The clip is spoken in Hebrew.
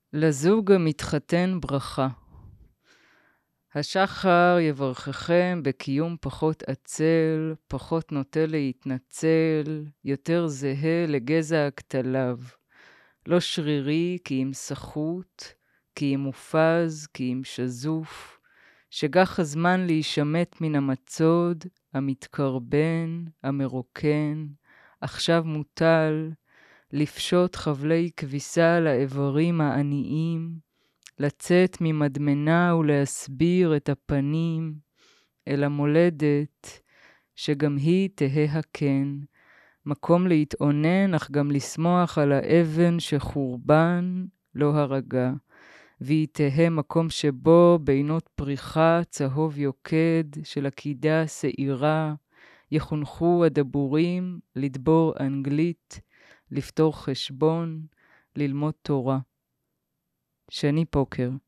לזוג המתחתן ברכה. השחר יברככם בקיום פחות עצל, פחות נוטה להתנצל, יותר זהה לגזע הכתליו. לא שרירי כי אם סחוט, כי אם מופז, כי אם שזוף. שגח הזמן להישמט מן המצוד, המתקרבן, המרוקן, עכשיו מוטל, לפשוט חבלי כביסה לאיברים העניים, לצאת ממדמנה ולהסביר את הפנים אל המולדת, שגם היא תהא הכן, מקום להתאונן אך גם לשמוח על האבן שחורבן לא הרגה, והיא תהא מקום שבו בינות פריחה צהוב יוקד של עקידה שעירה, יחונכו הדבורים לדבור אנגלית, לפתור חשבון, ללמוד תורה. שני פוקר.